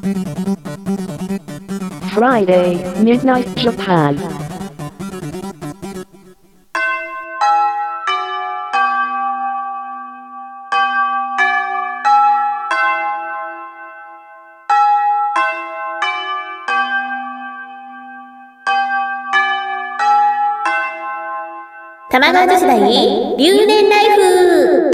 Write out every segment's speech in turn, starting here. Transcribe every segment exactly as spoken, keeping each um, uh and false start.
Friday, Midnight Japan. 玉川女子大留年ライフ。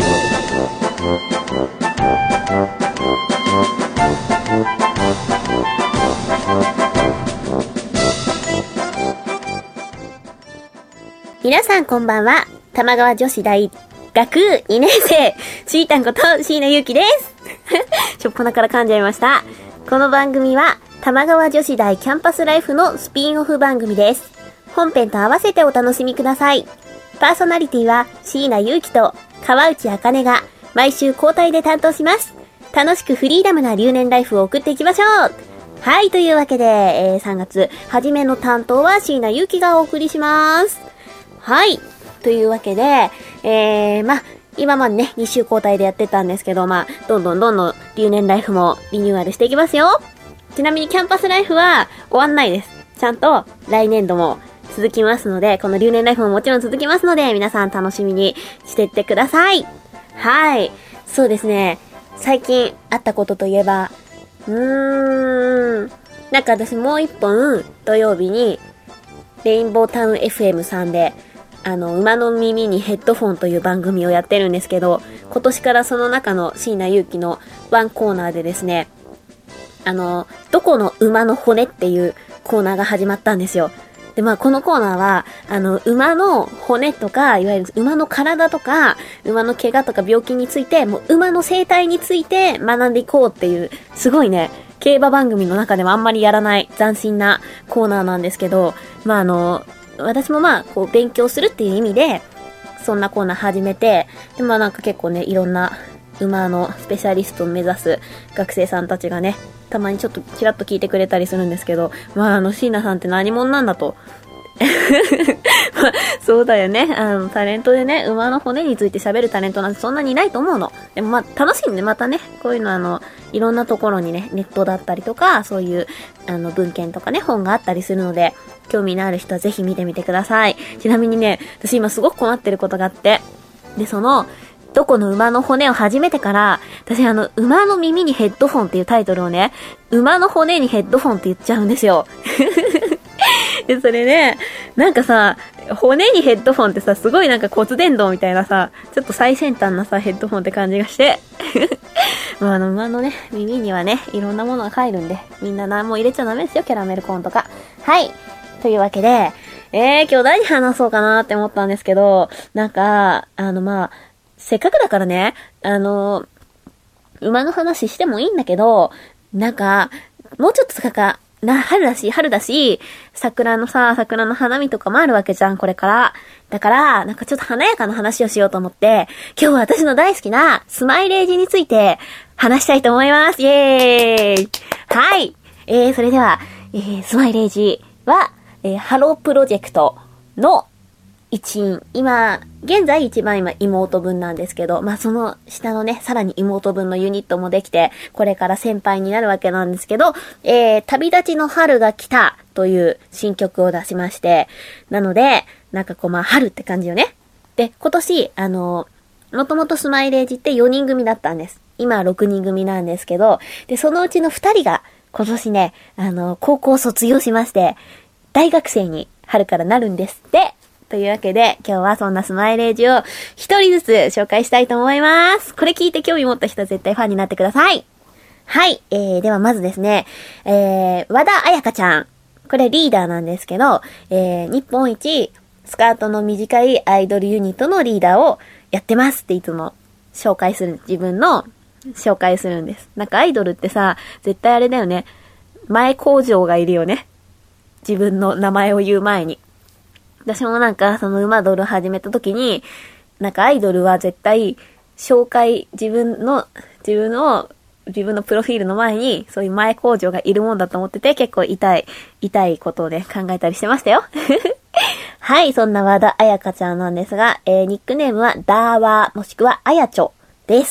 皆さんこんばんは。玉川女子大学にねん生しーたんこと椎名ゆうきですしょっぱなから噛んじゃいました。この番組は玉川女子大キャンパスライフのスピンオフ番組です。本編と合わせてお楽しみください。パーソナリティは椎名ゆうきと川内あかねが毎週交代で担当します。楽しくフリーダムな留年ライフを送っていきましょう。はい、というわけで、えー、さんがつ初めの担当は椎名ゆうきがお送りします。はい、というわけで、えー、まあ今までねに週交代でやってたんですけど、まあどんどんどんどん留年ライフもリニューアルしていきますよ。ちなみにキャンパスライフは終わんないです。ちゃんと来年度も続きますので、この留年ライフももちろん続きますので、皆さん楽しみにしてってください。はい。そうですね。最近あったことといえば、うーん。なんか私もう一本土曜日にレインボータウン エフエム さんで、あの、馬の耳にヘッドフォンという番組をやってるんですけど、今年からその中の椎名ゆうきのワンコーナーでですね、あの、どこの馬の骨っていうコーナーが始まったんですよ。で、まあ、このコーナーは、あの、馬の骨とか、いわゆる馬の体とか、馬の怪我とか病気について、もう馬の生態について学んでいこうっていう、すごいね、競馬番組の中でもあんまりやらない斬新なコーナーなんですけど、まあ、あの、私もまあ、こう、勉強するっていう意味で、そんなコーナー始めて、で、まあなんか結構ね、いろんな馬のスペシャリストを目指す学生さんたちがね、たまにちょっとちらっと聞いてくれたりするんですけど、まああの椎名さんって何者なんだとまあ、そうだよね。あのタレントでね、馬の骨について喋るタレントなんてそんなにいないと思うの。でもまあ楽しいんで、またね、こういうのあのいろんなところにね、ネットだったりとか、そういうあの文献とかね、本があったりするので、興味のある人はぜひ見てみてください。ちなみにね、私今すごく困ってることがあって、でそのどこの馬の骨を始めてから、私あの、馬の耳にヘッドフォンっていうタイトルをね、馬の骨にヘッドフォンって言っちゃうんですよ。で、それね、なんかさ、骨にヘッドフォンってさ、すごいなんか骨伝導みたいなさ、ちょっと最先端なさ、ヘッドフォンって感じがして。まあ、あの、馬のね、耳にはね、いろんなものが入るんで、みんな何も入れちゃダメですよ、キャラメルコーンとか。はい。というわけで、えー、今日何話そうかなって思ったんですけど、なんか、あの、まあ、せっかくだからね、あの、馬の話してもいいんだけど、なんか、もうちょっとか、な、春だし、春だし、桜のさ、桜の花見とかもあるわけじゃん、これから。だから、なんかちょっと華やかな話をしようと思って、今日は私の大好きなスマイレージについて話したいと思います。イエーイ。はい。えー、それでは、えー、スマイレージは、えー、ハロープロジェクトの一員。今、現在一番今妹分なんですけど、まあ、その下のね、さらに妹分のユニットもできて、これから先輩になるわけなんですけど、えー、旅立ちの春が来たという新曲を出しまして、なので、なんかこうまあ、春って感じよね。で、今年、あの、もともとスマイレージってよにん組だったんです。今はろくにん組なんですけど、で、そのうちのふたりが今年ね、あの、高校を卒業しまして、大学生に春からなるんですって。というわけで、今日はそんなスマイレージを一人ずつ紹介したいと思います。これ聞いて興味持った人は絶対ファンになってください。はい、えー、ではまずですね、えー、和田彩香ちゃん。これリーダーなんですけど、えー、日本一スカートの短いアイドルユニットのリーダーをやってますっていつも紹介する、自分の紹介するんです。なんかアイドルってさ、絶対あれだよね。前工場がいるよね。自分の名前を言う前に。私もなんかその馬ドル始めた時に、なんかアイドルは絶対紹介、自分の、自分の、自分のプロフィールの前にそういう前工場がいるもんだと思ってて、結構痛い、痛いことをね考えたりしてましたよ。はい、そんな和田彩香ちゃんなんですが、えー、ニックネームはダーワーもしくはあやちょです。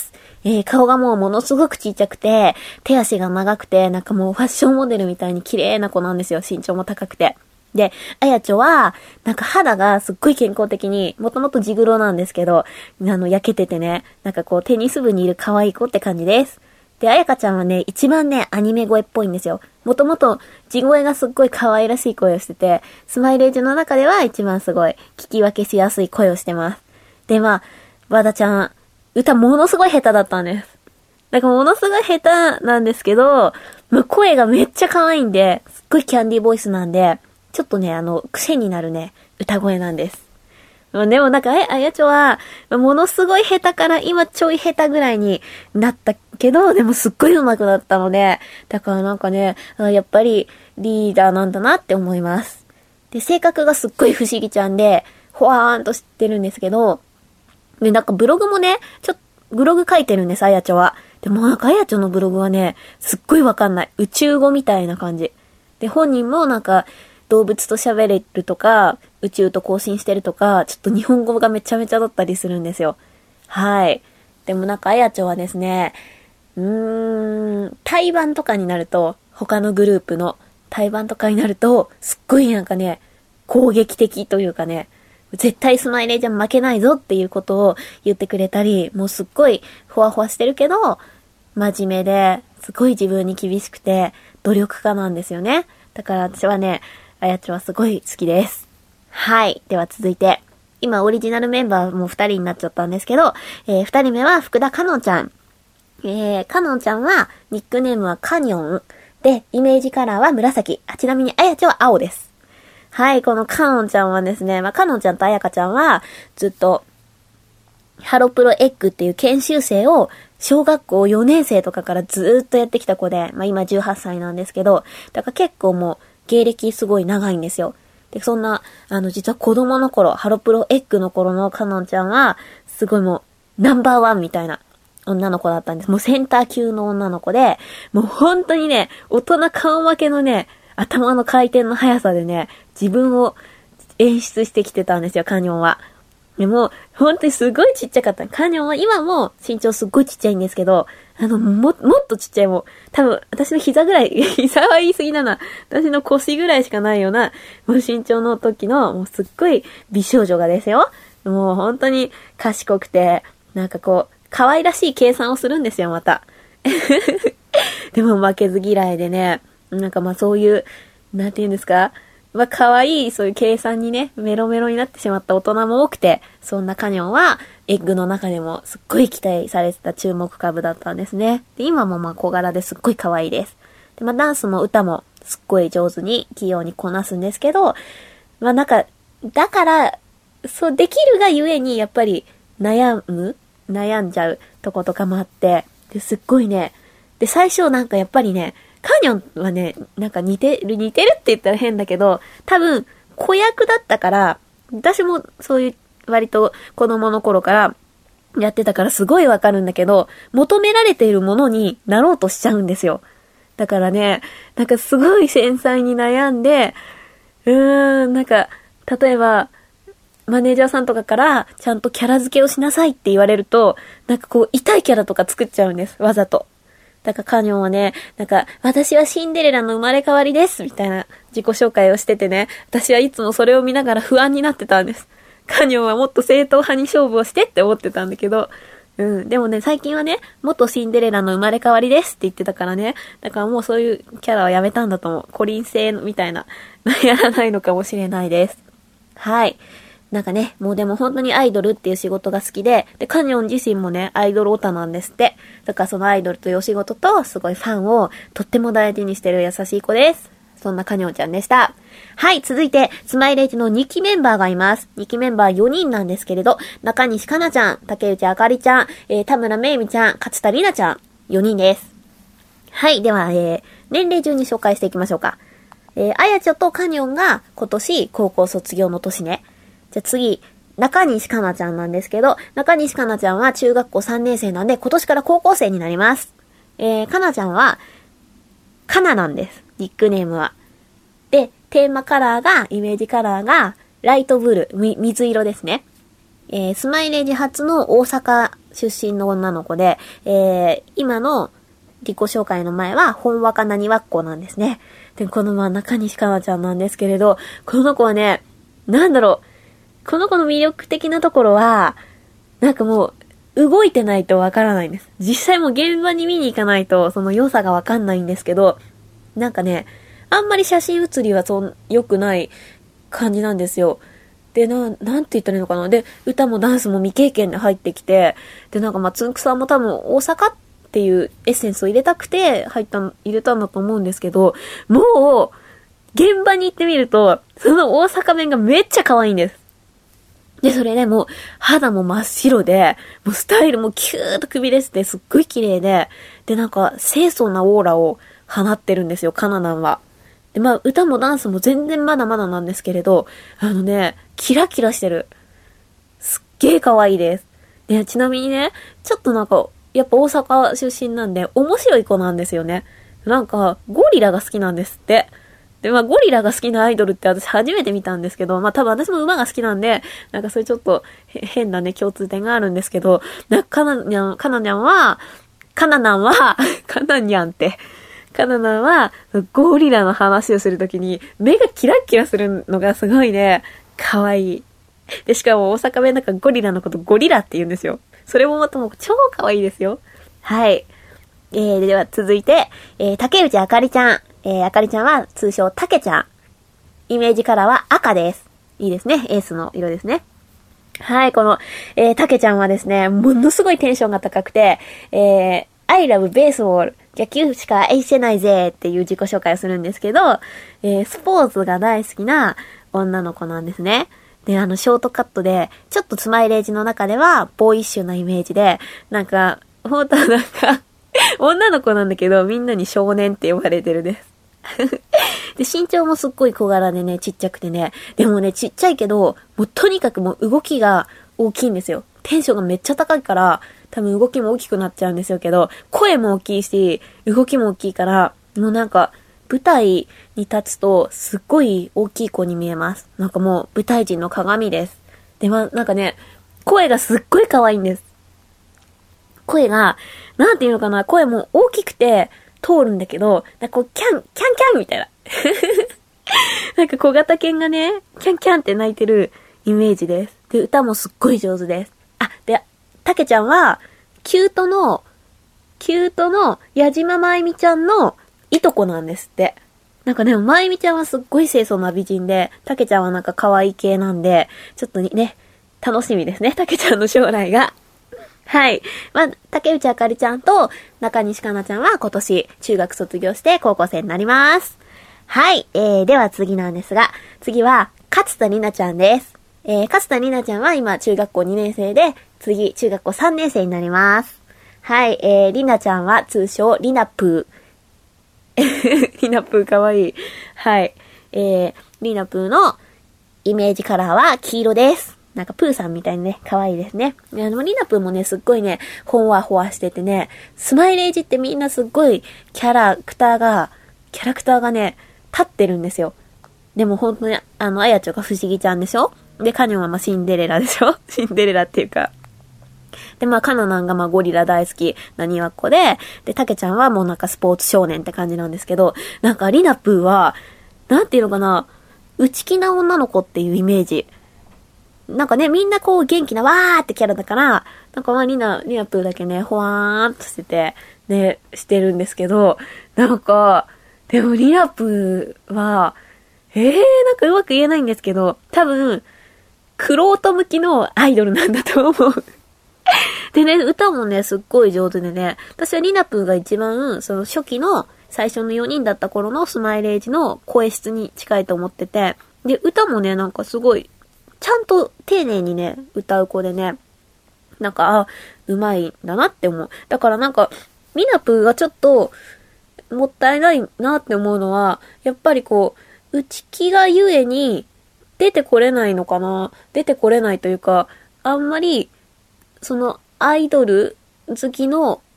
えー、顔がもうものすごくちっちゃくて、手足が長くて、なんかもうファッションモデルみたいに綺麗な子なんですよ。身長も高くて。で、あやちょは、なんか肌がすっごい健康的に、もともと地黒なんですけど、あの、焼けててね、なんかこうテニス部にいる可愛い子って感じです。で、あやかちゃんはね、一番ね、アニメ声っぽいんですよ。もともと地声がすっごい可愛らしい声をしてて、スマイレージの中では一番すごい聞き分けしやすい声をしてます。で、まあ、和田ちゃん、歌ものすごい下手だったんです。だからものすごい下手なんですけど、まあ、声がめっちゃ可愛いんで、すっごいキャンディーボイスなんで、ちょっとね、あの、癖になるね、歌声なんです。でもなんか、あやちょは、ものすごい下手から今ちょい下手ぐらいになったけど、でもすっごい上手くなったので、だからなんかね、やっぱりリーダーなんだなって思います。で、性格がすっごい不思議ちゃんで、ほわーんとしてるんですけど、で、なんかブログもね、ちょっと、ブログ書いてるんです、あやちょは。でもなんかあやちょのブログはね、すっごいわかんない。宇宙語みたいな感じ。で、本人もなんか、動物と喋れるとか、宇宙と交信してるとか、ちょっと日本語がめちゃめちゃだったりするんですよ。はい。でもなんかあやちょはですね、うーん、対バンとかになると、他のグループの対バンとかになると、すっごいなんかね、攻撃的というかね、絶対スマイレージャン負けないぞっていうことを言ってくれたり、もうすっごいほわほわしてるけど、真面目で、すごい自分に厳しくて、努力家なんですよね。だから私はね、あやちょはすごい好きです。はい。では続いて、今オリジナルメンバーもふたりになっちゃったんですけど、えー、ふたりめは福田かのんちゃん。えー、かのんちゃんは、ニックネームはかにょん。で、イメージカラーは紫。あ、ちなみにあやちょは青です。はい、このかのんちゃんはですね、まあ、かのんちゃんとあやかちゃんは、ずっと、ハロプロエッグっていう研修生を、小学校よねん生とかからずーっとやってきた子で、まあ、今じゅうはっさいなんですけど、だから結構もう、芸歴すごい長いんですよ。で、そんな、あの、実は子供の頃、ハロプロエッグの頃のかのんちゃんは、すごいもう、ナンバーワンみたいな女の子だったんです。もうセンター級の女の子で、もう本当にね、大人顔負けのね、頭の回転の速さでね、自分を演出してきてたんですよ、カニョンは。でも、本当にすごいちっちゃかった。カニョンは今も身長すっごいちっちゃいんですけど、あの、も、もっとちっちゃいもん。多分、私の膝ぐらい、膝は言い過ぎだな。私の腰ぐらいしかないような、もう身長の時の、もうすっごい美少女がですよ。もう本当に賢くて、なんかこう、可愛らしい計算をするんですよ、また。でも負けず嫌いでね、なんかまあそういう、なんて言うんですか、まあ可愛いそういう計算にね、メロメロになってしまった大人も多くて、そんなカニョンはエッグの中でもすっごい期待されてた注目株だったんですね。で、今もまあ小柄ですっごい可愛いです。で、まあダンスも歌もすっごい上手に器用にこなすんですけど、まあなんか、だから、そうできるがゆえにやっぱり悩む悩んじゃうとことかもあって、ですっごいね、で、最初なんかやっぱりね、カニョンはね、なんか似てる、似てるって言ったら変だけど、多分、子役だったから、私もそういう割と子供の頃からやってたからすごいわかるんだけど、求められているものになろうとしちゃうんですよ。だからね、なんかすごい繊細に悩んで、うーん、なんか、例えば、マネージャーさんとかからちゃんとキャラ付けをしなさいって言われると、なんかこう痛いキャラとか作っちゃうんです。わざと。だからカニョンはね、なんか私はシンデレラの生まれ変わりですみたいな自己紹介をしててね、私はいつもそれを見ながら不安になってたんです。カニョンはもっと正統派に勝負をしてって思ってたんだけど、うん。でもね、最近はね、元シンデレラの生まれ変わりですって言ってたからね、だからもうそういうキャラはやめたんだと思う。コリン星みたいな、やらないのかもしれないです。はい。なんかね、もうでも本当にアイドルっていう仕事が好きで、で、カニョン自身もね、アイドルオタなんですって。だからそのアイドルというお仕事と、すごいファンをとっても大事にしてる優しい子です。そんなカニョンちゃんでした。はい、続いて、スマイレージのにきメンバーがいます。にきメンバーよにんなんですけれど、中西かなちゃん、竹内あかりちゃん、えー、田村めいみちゃん、勝田りなちゃん、よにんです。はい、では、えー、年齢順に紹介していきましょうか。えー、あやちょとカニョンが今年高校卒業の年ね。じゃあ次、中西かなちゃんなんですけど、中西かなちゃんは中学校さんねん生なんで、今年から高校生になります。えー、かなちゃんは、かななんです。ニックネームは。で、テーマカラーが、イメージカラーが、ライトブルー、み水色ですね。えー、スマイレージ初の大阪出身の女の子で、えー、今の自己紹介の前は、ほんわかなにわっこなんですね。で、このまあ中西かなちゃんなんですけれど、この子はね、なんだろう、この子の魅力的なところは、なんかもう、動いてないとわからないんです。実際も現場に見に行かないと、その良さがわかんないんですけど、なんかね、あんまり写真写りはそん、良くない感じなんですよ。で、な、なんて言ったらいいのかな。で、歌もダンスも未経験で入ってきて、で、なんかまあ、つんくさんも多分大阪っていうエッセンスを入れたくて入ったの、入れたんだと思うんですけど、もう、現場に行ってみると、その大阪弁がめっちゃ可愛いんです。で、それでもう、肌も真っ白で、もうスタイルもキューッとくびれててすっごい綺麗で、で、なんか、清楚なオーラを放ってるんですよ、カナナンは。で、まあ、歌もダンスも全然まだまだなんですけれど、あのね、キラキラしてる。すっげー可愛いです。で、ちなみにね、ちょっとなんか、やっぱ大阪出身なんで、面白い子なんですよね。なんか、ゴリラが好きなんですって。で、まあ、ゴリラが好きなアイドルって私初めて見たんですけど、まあ、多分私も馬が好きなんで、なんかそういうちょっと変なね、共通点があるんですけど、な、かなにゃん、かなにゃんは、かななんは、かなにゃんって、かななんは、ゴリラの話をするときに、目がキラキラするのがすごいね、可愛い。で、しかも大阪弁なんかゴリラのことゴリラって言うんですよ。それもまたもう超可愛いですよ。はい。えー、では続いて、えー、竹内あかりちゃん。えー、あかりちゃんは通称たけちゃん。イメージカラーは赤です。いいですね。エースの色ですね。はい、この、えー、たけちゃんはですね、ものすごいテンションが高くて、えー、I love baseball。野球しか愛してないぜっていう自己紹介をするんですけど、えー、スポーツが大好きな女の子なんですね。で、あの、ショートカットで、ちょっとスマイレージの中では、ボーイッシュなイメージで、なんか、ほんとなんか、女の子なんだけど、みんなに少年って呼ばれてるです。で、身長もすっごい小柄でね、ちっちゃくてね、でもね、ちっちゃいけど、もうとにかくもう動きが大きいんですよ。テンションがめっちゃ高いから、多分動きも大きくなっちゃうんですよけど、声も大きいし、動きも大きいから、もうなんか、舞台に立つと、すっごい大きい子に見えます。なんかもう、舞台人の鏡です。で、ま、なんかね、声がすっごい可愛いんです。声が、なんていうのかな、声も大きくて通るんだけど、なんかこう、キャン、キャンキャンみたいな。なんか小型犬がね、キャンキャンって泣いてるイメージです。で、歌もすっごい上手です。あ、で、たけちゃんは、キュートの、キュートの矢島まゆみちゃんのいとこなんですって。なんかね、まゆみちゃんはすっごい清楚な美人で、たけちゃんはなんか可愛い系なんで、ちょっとね、楽しみですね、たけちゃんの将来が。はい。まあ、竹内あかりちゃんと中西かなちゃんは今年中学卒業して高校生になります。はい。えー、では次なんですが、次は勝田里奈ちゃんです。えー、勝田里奈ちゃんは今中学校にねん生で、次中学校さんねん生になります。はい。えー、里奈ちゃんは通称リナプー。リナプーかわいい。はい。えー、リナプーのイメージカラーは黄色です。なんかプーさんみたいにね、可愛いですね。あの、リナプーもね、すっごいね、ほんわほわしててね、スマイレージってみんなすっごいキャラクターが、キャラクターがね、立ってるんですよ。でも本当に、あの、あやちょが不思議ちゃんでしょ？で、カニョンはまあシンデレラでしょ？シンデレラっていうか。で、まあ、カナナンがまあゴリラ大好きなにわっこで、で、タケちゃんはもうなんかスポーツ少年って感じなんですけど、なんかリナプーは、なんていうのかな、内気な女の子っていうイメージ。なんかね、みんなこう元気なわーってキャラだから、なんかまあリナ、リナプーだけね、ほわーんとしてて、ね、してるんですけど、なんか、でもリナプーは、えー、なんかうまく言えないんですけど、多分、クロート向きのアイドルなんだと思う。でね、歌もね、すっごい上手でね、私はリナプーが一番、その初期の最初のよにんだった頃のスマイレージの声質に近いと思ってて、で、歌もね、なんかすごい、ちゃんと丁寧にね、歌う子でね、なんか、あ、うまいんだなって思う。だからなんか、ミナプーがちょっと、もったいないなって思うのは、やっぱりこう、内気がゆえに、出てこれないのかな？出てこれないというか、あんまり、その、アイドル好きの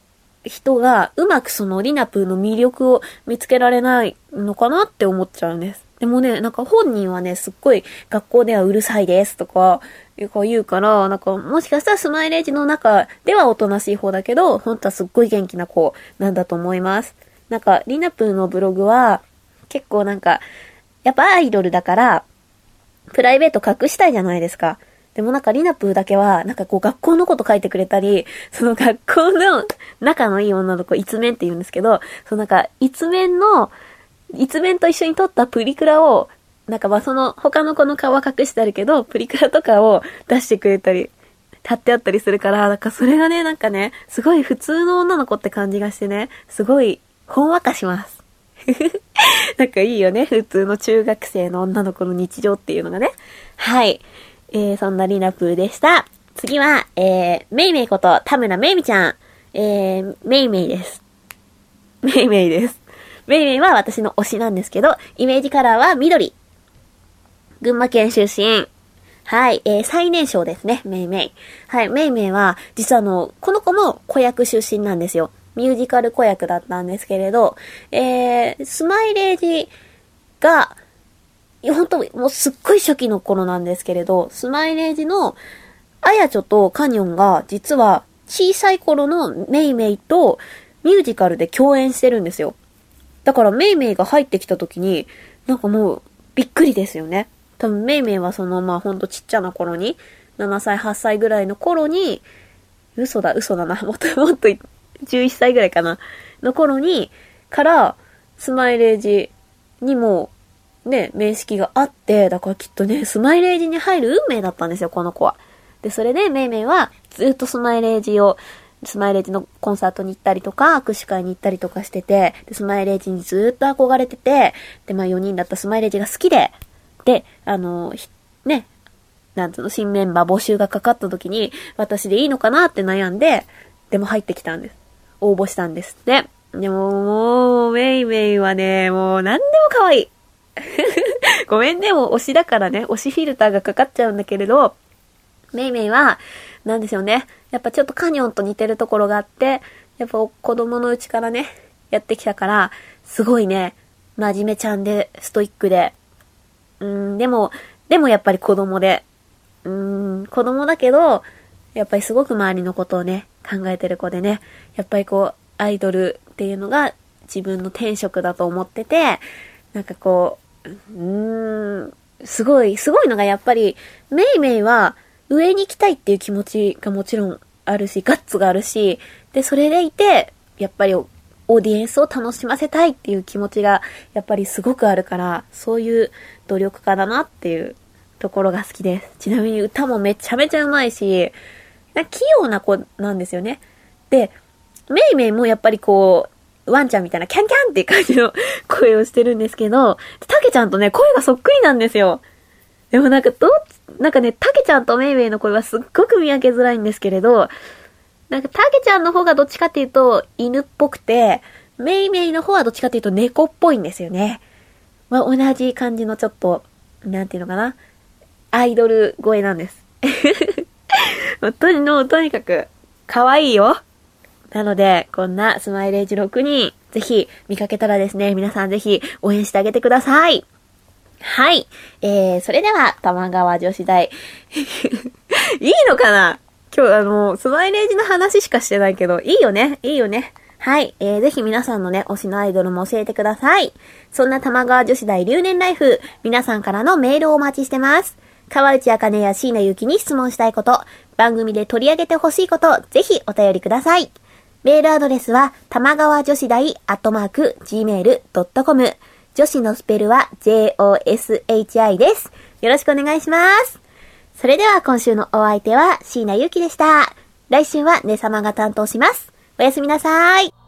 人がうまくそのリナプーの魅力を見つけられないのかなって思っちゃうんです。でもね、なんか本人はね、すっごい学校ではうるさいですとか言うから、なんかもしかしたらスマイレージの中ではおとなしい方だけど、本当はすっごい元気な子なんだと思います。なんかリナプーのブログは結構なんか、やっぱアイドルだから、プライベート隠したいじゃないですか。でもなんかリナプーだけは、なんかこう学校のこと書いてくれたり、その学校の仲のいい女の子、一面って言うんですけど、そのなんか一面の、一面と一緒に撮ったプリクラを、なんかまあその他の子の顔は隠してあるけど、プリクラとかを出してくれたり、貼ってあったりするから、なんかそれがね、なんかね、すごい普通の女の子って感じがしてね、すごいほんわかします。なんかいいよね、普通の中学生の女の子の日常っていうのがね。はい。えー、そんなリナプーでした。次は、えー、メイメイこと田村めいみちゃん。えー、メイメイです。メイメイです。メイメイは私の推しなんですけど、イメージカラーは緑。群馬県出身。はい、えー、最年少ですね、メイメイ。はい、メイメイは、実はあの、この子も子役出身なんですよ。ミュージカル子役だったんですけれど、えー、スマイレージが、本当もうすっごい初期の頃なんですけれど、スマイレージのあやちょとカニョンが実は小さい頃のメイメイとミュージカルで共演してるんですよ。だからメイメイが入ってきた時に、なんかもうびっくりですよね。多分メイメイはそのまあほんとちっちゃな頃に、ななさいはっさいぐらいの頃に、嘘だ嘘だな、もっともっとじゅういっさいぐらいかな、の頃に、からスマイレージにもね、面識があって、だからきっとね、スマイレージに入る運命だったんですよ、この子は。で、それでメイメイはずっとスマイレージを、スマイレージのコンサートに行ったりとか、握手会に行ったりとかしてて、で、スマイレージにずっと憧れてて、で、まあよにんだったスマイレージが好きで、で、あの、ね、なんつうの、新メンバー募集がかかった時に、私でいいのかなって悩んで、でも入ってきたんです。応募したんですって。でも、もう、メイメイはね、もう何でも可愛い。ごめんね、もう推しだからね、推しフィルターがかかっちゃうんだけれど、メイメイは、なんですよね。やっぱちょっとカニョンと似てるところがあって、やっぱ子供のうちからね、やってきたから、すごいね、真面目ちゃんで、ストイックで、うーん、でも、でもやっぱり子供で、うーん、子供だけど、やっぱりすごく周りのことをね、考えてる子でね、やっぱりこう、アイドルっていうのが自分の天職だと思ってて、なんかこう、うーん、すごい、すごいのがやっぱり、メイメイは上に行きたいっていう気持ちがもちろんあるし、ガッツがあるし、で、それでいて、やっぱりオーディエンスを楽しませたいっていう気持ちが、やっぱりすごくあるから、そういう努力家だなっていうところが好きです。ちなみに歌もめちゃめちゃうまいし、器用な子なんですよね。で、メイメイもやっぱりこう、ワンちゃんみたいなキャンキャンっていう感じの声をしてるんですけど、タケちゃんとね、声がそっくりなんですよ。でもなんかどう、なんかね、タケちゃんとメイメイの声はすっごく見分けづらいんですけれど、なんかタケちゃんの方がどっちかっていうと犬っぽくて、メイメイの方はどっちかっていうと猫っぽいんですよね。まあ、同じ感じのちょっと、なんていうのかな、アイドル声なんです。とにの、とにかく、可愛いよ。なので、こんなスマイレージろくにん、ぜひ見かけたらですね、皆さんぜひ応援してあげてください。はい。えー、それでは、玉川女子大。いいのかな？今日あの、スマイレージの話しかしてないけど、いいよね、いいよね。はい。えー、ぜひ皆さんのね、推しのアイドルも教えてください。そんな玉川女子大留年ライフ、皆さんからのメールをお待ちしてます。川内あかねや椎名ゆきに質問したいこと、番組で取り上げてほしいこと、ぜひお便りください。メールアドレスは、玉川女子大アットマーク ジーメールドットコム。女子のスペルは ジェイオーエスエイチアイ です。よろしくお願いします。それでは今週のお相手は椎名ゆきでした。来週はねさまが担当します。おやすみなさい。